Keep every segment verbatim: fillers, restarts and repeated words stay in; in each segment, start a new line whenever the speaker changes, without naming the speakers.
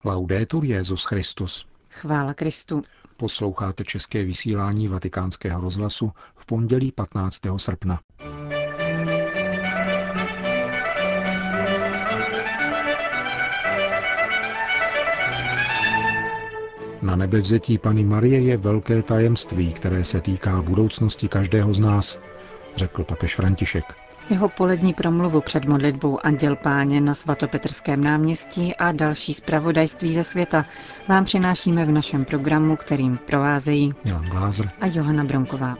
Laudetur Jesus Christus.
Chvála Kristu.
Posloucháte české vysílání Vatikánského rozhlasu v pondělí patnáctého srpna. Na nebevzetí Panny Marie je velké tajemství, které se týká budoucnosti každého z nás, řekl papež František.
Jeho polední promluvu před modlitbou Anděl Páně na svatopetrském náměstí a další zpravodajství ze světa vám přinášíme v našem programu, kterým provázejí
Milan Glázer
a Johana Bronková.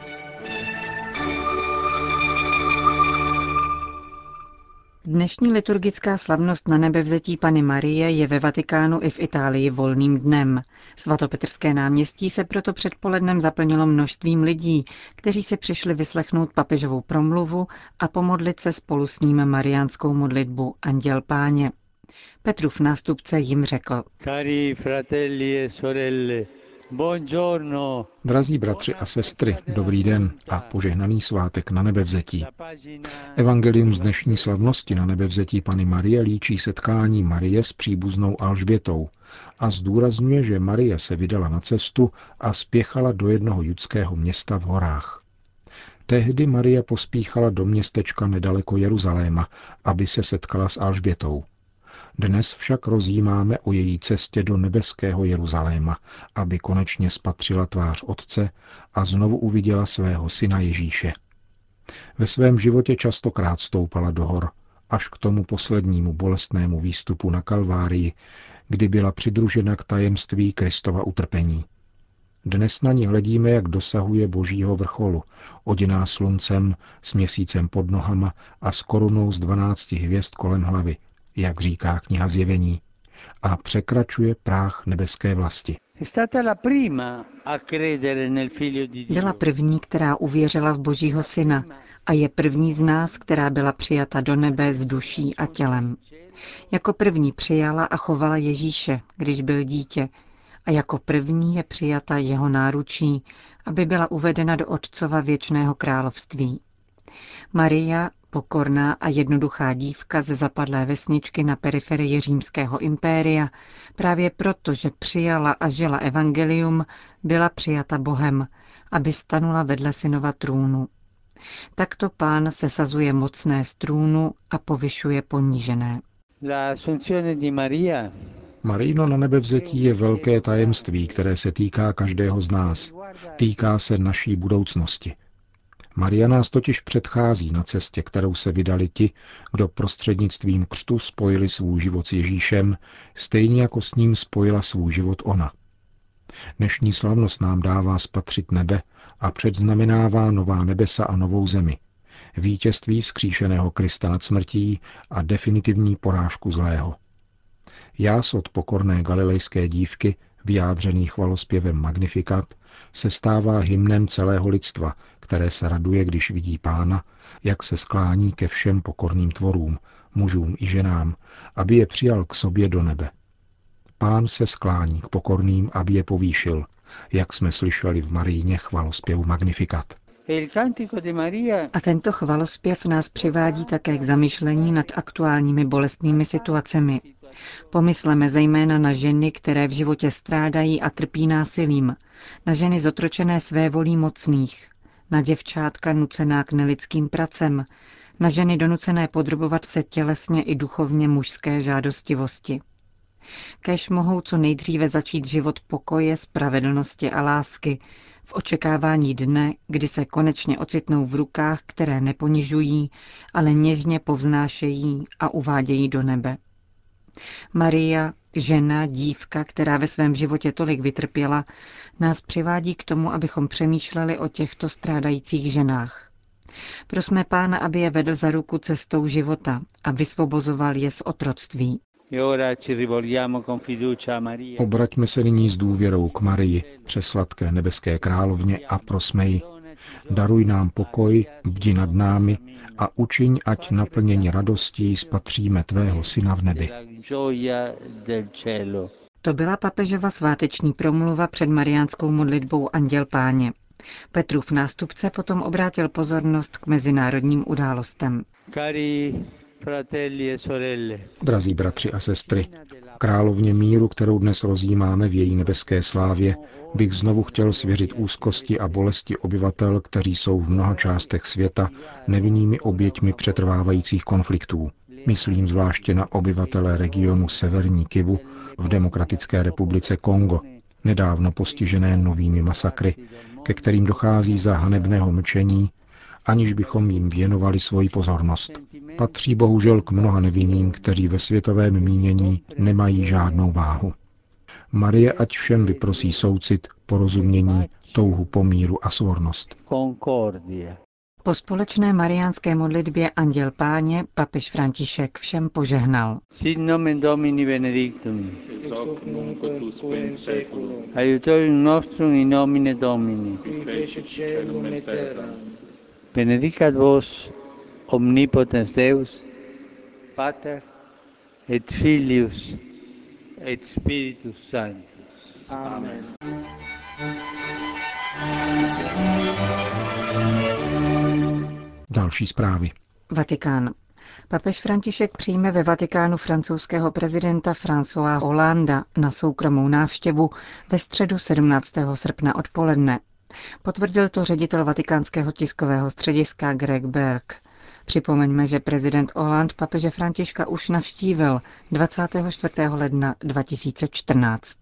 Dnešní liturgická slavnost na nebevzetí Panny Marie je ve Vatikánu i v Itálii volným dnem. Svatopetrské náměstí se proto předpolednem zaplnilo množstvím lidí, kteří si přišli vyslechnout papežovou promluvu a pomodlit se spolu s ním mariánskou modlitbu Anděl Páně. Petrův nástupce jim řekl:
Cari fratelli e sorelle, buongiorno.
Drazí bratři a sestry, dobrý den a požehnaný svátek na nebevzetí. Evangelium z dnešní slavnosti na nebevzetí Panny Marie líčí setkání Marie s příbuznou Alžbětou a zdůrazňuje, že Marie se vydala na cestu a spěchala do jednoho judského města v horách. Tehdy Marie pospíchala do městečka nedaleko Jeruzaléma, aby se setkala s Alžbětou. Dnes však rozjímáme o její cestě do nebeského Jeruzaléma, aby konečně spatřila tvář Otce a znovu uviděla svého syna Ježíše. Ve svém životě častokrát stoupala do hor, až k tomu poslednímu bolestnému výstupu na Kalvárii, kdy byla přidružena k tajemství Kristova utrpení. Dnes na ní hledíme, jak dosahuje božího vrcholu, oděná sluncem, s měsícem pod nohama a s korunou z dvanácti hvězd kolem hlavy, jak říká kniha Zjevení, a překračuje práh nebeské vlasti.
Byla první, která uvěřila v Božího syna a je první z nás, která byla přijata do nebe s duší a tělem. Jako první přijala a chovala Ježíše, když byl dítě, a jako první je přijata jeho náručí, aby byla uvedena do Otcova věčného království. Maria, pokorná a jednoduchá dívka ze zapadlé vesničky na periferii římského impéria, právě proto, že přijala a žila evangelium, byla přijata Bohem, aby stanula vedle synova trůnu. Takto Pán sesazuje mocné z trůnu a povyšuje ponížené.
Marijino na nebevzetí je velké tajemství, které se týká každého z nás. Týká se naší budoucnosti. Maria nás totiž předchází na cestě, kterou se vydali ti, kdo prostřednictvím křtu spojili svůj život s Ježíšem, stejně jako s ním spojila svůj život ona. Dnešní slavnost nám dává spatřit nebe a předznamenává nová nebesa a novou zemi, vítězství vzkříšeného Krista nad smrtí a definitivní porážku zlého. Jas od pokorné galilejské dívky, vyjádřený chvalospěvem Magnificat, se stává hymnem celého lidstva, které se raduje, když vidí Pána, jak se sklání ke všem pokorným tvorům, mužům i ženám, aby je přijal k sobě do nebe. Pán se sklání k pokorným, aby je povýšil, jak jsme slyšeli v Marijně chvalospěvu Magnificat.
A tento chvalospěv nás přivádí také k zamyšlení nad aktuálními bolestnými situacemi. Pomysleme zejména na ženy, které v životě strádají a trpí násilím, na ženy zotročené svévolí mocných, na děvčátka nucená k nelidským pracem, na ženy donucené podrobovat se tělesně i duchovně mužské žádostivosti. Kéž mohou co nejdříve začít život pokoje, spravedlnosti a lásky, v očekávání dne, kdy se konečně ocitnou v rukách, které neponižují, ale něžně povznášejí a uvádějí do nebe. Maria, žena, dívka, která ve svém životě tolik vytrpěla, nás přivádí k tomu, abychom přemýšleli o těchto strádajících ženách. Prosme Pána, aby je vedl za ruku cestou života a vysvobozoval je z otroctví.
Obraťme se nyní s důvěrou k Marii, přesladké nebeské královně, a prosme ji: daruj nám pokoj, bdi nad námi a učiň, ať naplněni radostí spatříme tvého syna v nebi.
To byla papežova sváteční promluva před mariánskou modlitbou Anděl Páně. Petrův nástupce potom obrátil pozornost k mezinárodním událostem.
Drazí bratři a sestry, královně míru, kterou dnes rozjímáme v její nebeské slávě, bych znovu chtěl svěřit úzkosti a bolesti obyvatel, kteří jsou v mnoha částech světa nevinnými oběťmi přetrvávajících konfliktů. Myslím zvláště na obyvatele regionu Severní Kivu v Demokratické republice Kongo, nedávno postižené novými masakry, ke kterým dochází za hanebného mlčení, aniž bychom jim věnovali svoji pozornost. Patří bohužel k mnoha nevinným, kteří ve světovém mínění nemají žádnou váhu. Marie ať všem vyprosí soucit, porozumění, touhu po míru a svornost.
Po společné mariánské modlitbě Anděl Páně papež František všem požehnal.
Sit nomen Domini benedictum. Ex hoc nunc et usque in seculum. Aiutorium nostrum in nomine Domini. Qui fecit caelum et terram. Benedicat vos omnipotens Deus, Pater et Filius et Spiritus Sanctus. Amen.
Další zprávy.
Vatikán. Papež František přijme ve Vatikánu francouzského prezidenta Françoise Hollanda na soukromou návštěvu ve středu sedmnáctého srpna odpoledne. Potvrdil to ředitel vatikánského tiskového střediska Greg Berg. Připomeňme, že prezident Hollande papeže Františka už navštívil dvacátého čtvrtého ledna dva tisíce čtrnáct.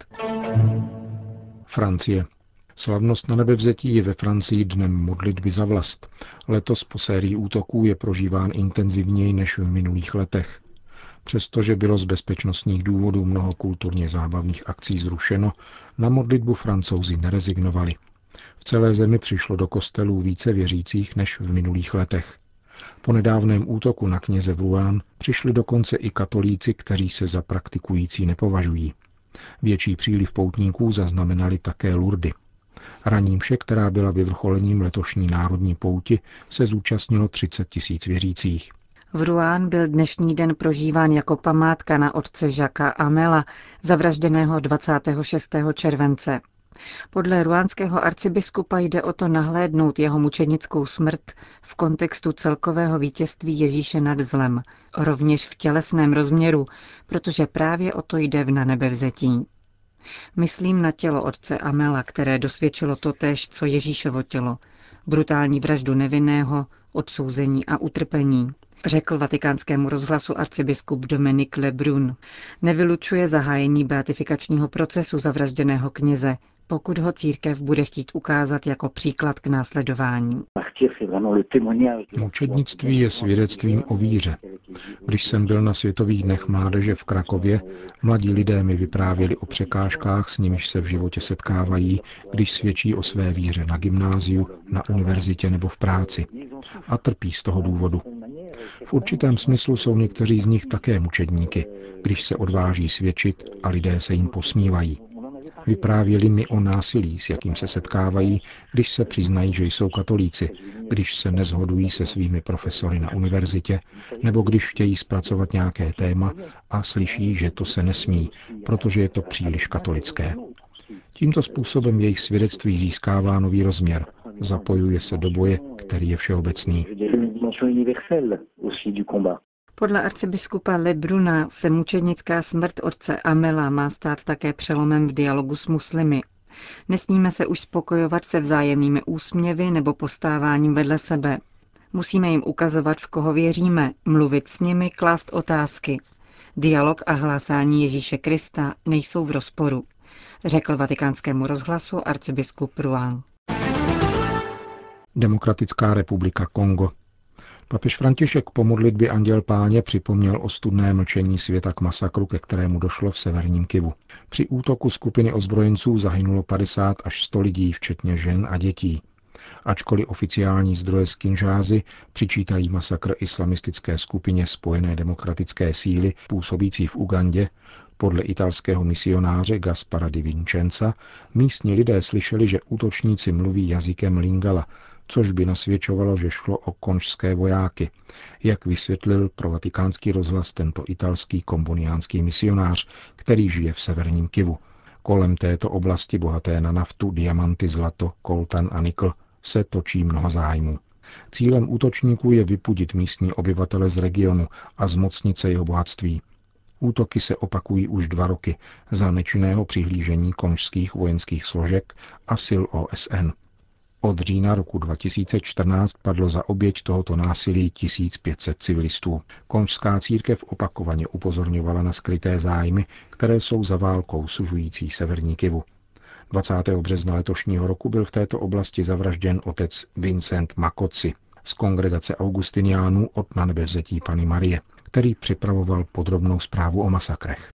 Francie. Slavnost na nebevzetí je ve Francii dnem modlitby za vlast. Letos po sérii útoků je prožíván intenzivněji než v minulých letech. Přestože bylo z bezpečnostních důvodů mnoho kulturně zábavných akcí zrušeno, na modlitbu Francouzi nerezignovali. V celé zemi přišlo do kostelů více věřících než v minulých letech. Po nedávném útoku na kněze v Rouen přišli dokonce i katolíci, kteří se za praktikující nepovažují. Větší příliv poutníků zaznamenali také Lourdes. Ranní mše, která byla vyvrcholením letošní národní pouti, se zúčastnilo třicet tisíc věřících.
V Rouen byl dnešní den prožíván jako památka na otce Jacquesa Amela, zavražděného dvacátého šestého července. Podle ruánského arcibiskupa jde o to nahlédnout jeho mučenickou smrt v kontextu celkového vítězství Ježíše nad zlem, rovněž v tělesném rozměru, protože právě o to jde v nanebevzetí. Myslím na tělo otce Amela, které dosvědčilo totéž, co Ježíšovo tělo, brutální vraždu nevinného, odsouzení a utrpení, řekl vatikánskému rozhlasu arcibiskup Dominique Lebrun. Nevylučuje zahájení beatifikačního procesu zavražděného kněze, pokud ho církev bude chtít ukázat jako příklad k následování.
Mučednictví je svědectvím o víře. Když jsem byl na Světových dnech mládeže v Krakově, mladí lidé mi vyprávěli o překážkách, s nimiž se v životě setkávají, když svědčí o své víře na gymnáziu, na univerzitě nebo v práci. A trpí z toho důvodu. V určitém smyslu jsou někteří z nich také mučedníky, když se odváží svědčit a lidé se jim posmívají. Vyprávěli mi o násilí, s jakým se setkávají, když se přiznají, že jsou katolíci, když se neshodují se svými profesory na univerzitě, nebo když chtějí zpracovat nějaké téma a slyší, že to se nesmí, protože je to příliš katolické. Tímto způsobem jejich svědectví získává nový rozměr, zapojuje se do boje, který je všeobecný.
Podle arcibiskupa Lebruna se mučednická smrt otce Amela má stát také přelomem v dialogu s muslimy. Nesmíme se už spokojovat se vzájemnými úsměvy nebo postáváním vedle sebe. Musíme jim ukazovat, v koho věříme, mluvit s nimi, klást otázky. Dialog a hlásání Ježíše Krista nejsou v rozporu, řekl vatikánskému rozhlasu arcibiskup Rouen.
Demokratická republika Kongo. Papež František po modlitbě Anděl Páně připomněl ostudné mlčení světa k masakru, ke kterému došlo v severním Kivu. Při útoku skupiny ozbrojenců zahynulo padesát až sto lidí, včetně žen a dětí. Ačkoliv oficiální zdroje z Kinshásy přičítají masakr islamistické skupině Spojené demokratické síly působící v Ugandě, podle italského misionáře Gaspara di Vincenza místní lidé slyšeli, že útočníci mluví jazykem lingala, což by nasvědčovalo, že šlo o konžské vojáky, jak vysvětlil pro vatikánský rozhlas tento italský komboniánský misionář, který žije v severním Kivu. Kolem této oblasti bohaté na naftu, diamanty, zlato, koltan a nikl se točí mnoho zájmů. Cílem útočníků je vypudit místní obyvatele z regionu a zmocnit se jeho bohatství. Útoky se opakují už dva roky za nečinného přihlížení konžských vojenských složek a sil O S N. Od října roku dva tisíce čtrnáct padlo za oběť tohoto násilí tisíc pět set civilistů. Konžská církev opakovaně upozorňovala na skryté zájmy, které jsou za válkou sužující severní Kivu. dvacátého března letošního roku byl v této oblasti zavražděn otec Vincent Makoci z kongregace augustiniánů od Nanebevzetí Panny Marie, který připravoval podrobnou zprávu o masakrech.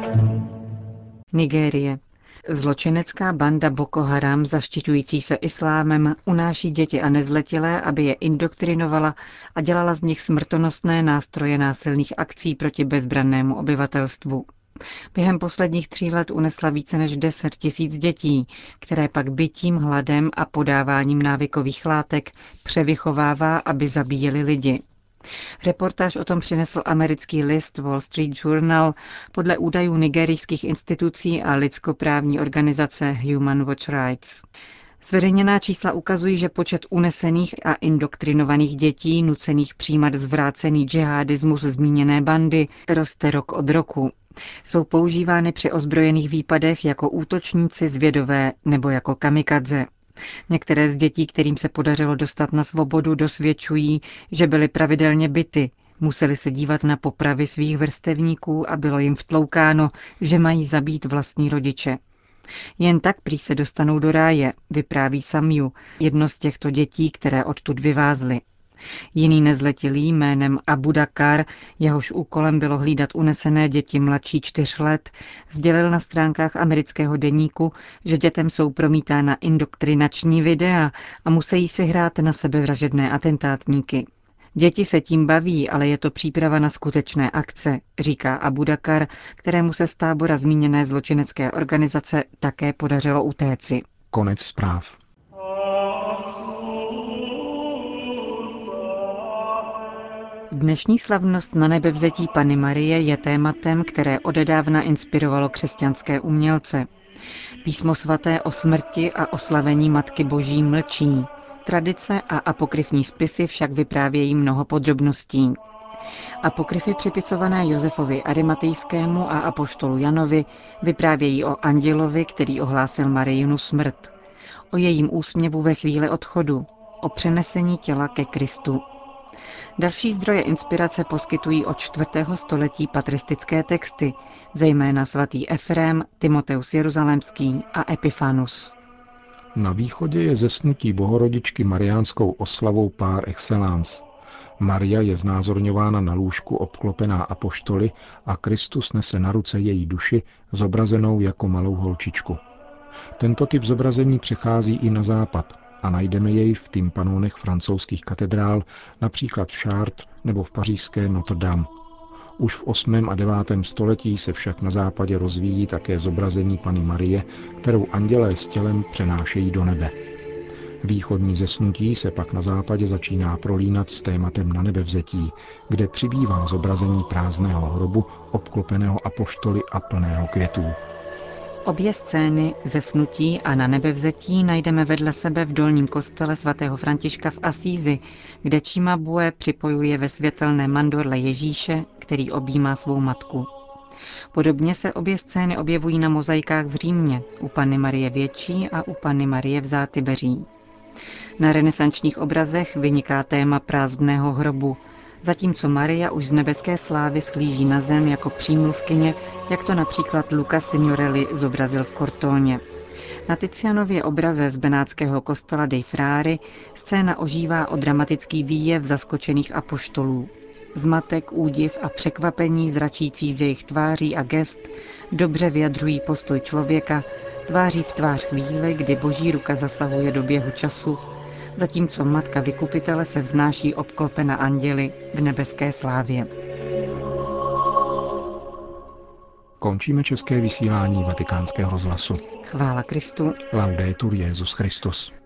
Nigérie. Zločinecká banda Boko Haram, zaštiťující se islámem, unáší děti a nezletilé, aby je indoktrinovala a dělala z nich smrtonosné nástroje násilných akcí proti bezbrannému obyvatelstvu. Během posledních tří let unesla více než deset tisíc dětí, které pak bitím, hladem a podáváním návykových látek převychovává, aby zabíjeli lidi. Reportáž o tom přinesl americký list Wall Street Journal podle údajů nigerijských institucí a lidskoprávní organizace Human Watch Rights. Zveřejněná čísla ukazují, že počet unesených a indoktrinovaných dětí nucených přijímat zvrácený džihadismus zmíněné bandy roste rok od roku. Jsou používány při ozbrojených výpadech jako útočníci zvědové nebo jako kamikadze. Některé z dětí, kterým se podařilo dostat na svobodu, dosvědčují, že byly pravidelně bity, museli se dívat na popravy svých vrstevníků a bylo jim vtloukáno, že mají zabít vlastní rodiče. Jen tak prý se dostanou do ráje, vypráví Samiu, jedno z těchto dětí, které odtud vyvázly. Jiný nezletilý jménem Abu Dakar, jehož úkolem bylo hlídat unesené děti mladší čtyř let, sdělil na stránkách amerického deníku, že dětem jsou promítána indoktrinační videa a musí si hrát na sebevražedné atentátníky. Děti se tím baví, ale je to příprava na skutečné akce, říká Abu Dakar, kterému se z tábora zmíněné zločinecké organizace také podařilo utéci.
Konec zpráv.
Dnešní slavnost Nanebevzetí Panny Marie je tématem, které odedávna inspirovalo křesťanské umělce. Písmo svaté o smrti a oslavení Matky Boží mlčí. Tradice a apokryfní spisy však vyprávějí mnoho podrobností. Apokryfy připisované Josefovi Arimatejskému a apoštolu Janovi vyprávějí o andělovi, který ohlásil Marijinu smrt, o jejím úsměvu ve chvíli odchodu, o přenesení těla ke Kristu. Další zdroje inspirace poskytují od čtvrtého století patristické texty, zejména svatý Efrém, Timoteus Jeruzalémský a Epifanus.
Na východě je zesnutí Bohorodičky mariánskou oslavou par excellence. Maria je znázorňována na lůžku obklopená apoštoly a Kristus nese na ruce její duši, zobrazenou jako malou holčičku. Tento typ zobrazení přechází i na západ a najdeme jej v tympanonech francouzských katedrál, například v Chartres nebo v pařížské Notre Dame. Už v osmém a devátém století se však na západě rozvíjí také zobrazení Panny Marie, kterou andělé s tělem přenášejí do nebe. Východní zesnutí se pak na západě začíná prolínat s tématem Nanebevzetí, kde přibývá zobrazení prázdného hrobu, obklopeného apoštoly a plného květů.
Obě scény, zesnutí a Nanebevzetí, najdeme vedle sebe v dolním kostele svatého Františka v Asízi, kde Cimabue připojuje ve světelné mandorle Ježíše, který objímá svou matku. Podobně se obě scény objevují na mozaikách v Římě, u Panny Marie Větší a u Panny Marie v Zátybeří. Na renesančních obrazech vyniká téma prázdného hrobu, zatímco Maria už z nebeské slávy shlíží na zem jako přímluvkyně, jak to například Luca Signorelli zobrazil v Cortóně. Na Tizianově obraze z benátského kostela dei Frari scéna ožívá o dramatický výjev zaskočených apoštolů. Zmatek, údiv a překvapení zračící z jejich tváří a gest dobře vyjadřují postoj člověka, tváří v tvář chvíli, kdy boží ruka zasahuje do běhu času, zatímco matka vykupitele se vznáší obklopena anděli v nebeské slávě.
Končíme české vysílání Vatikánského rozhlasu.
Chvála Kristu.
Laudetur Jesus Christus.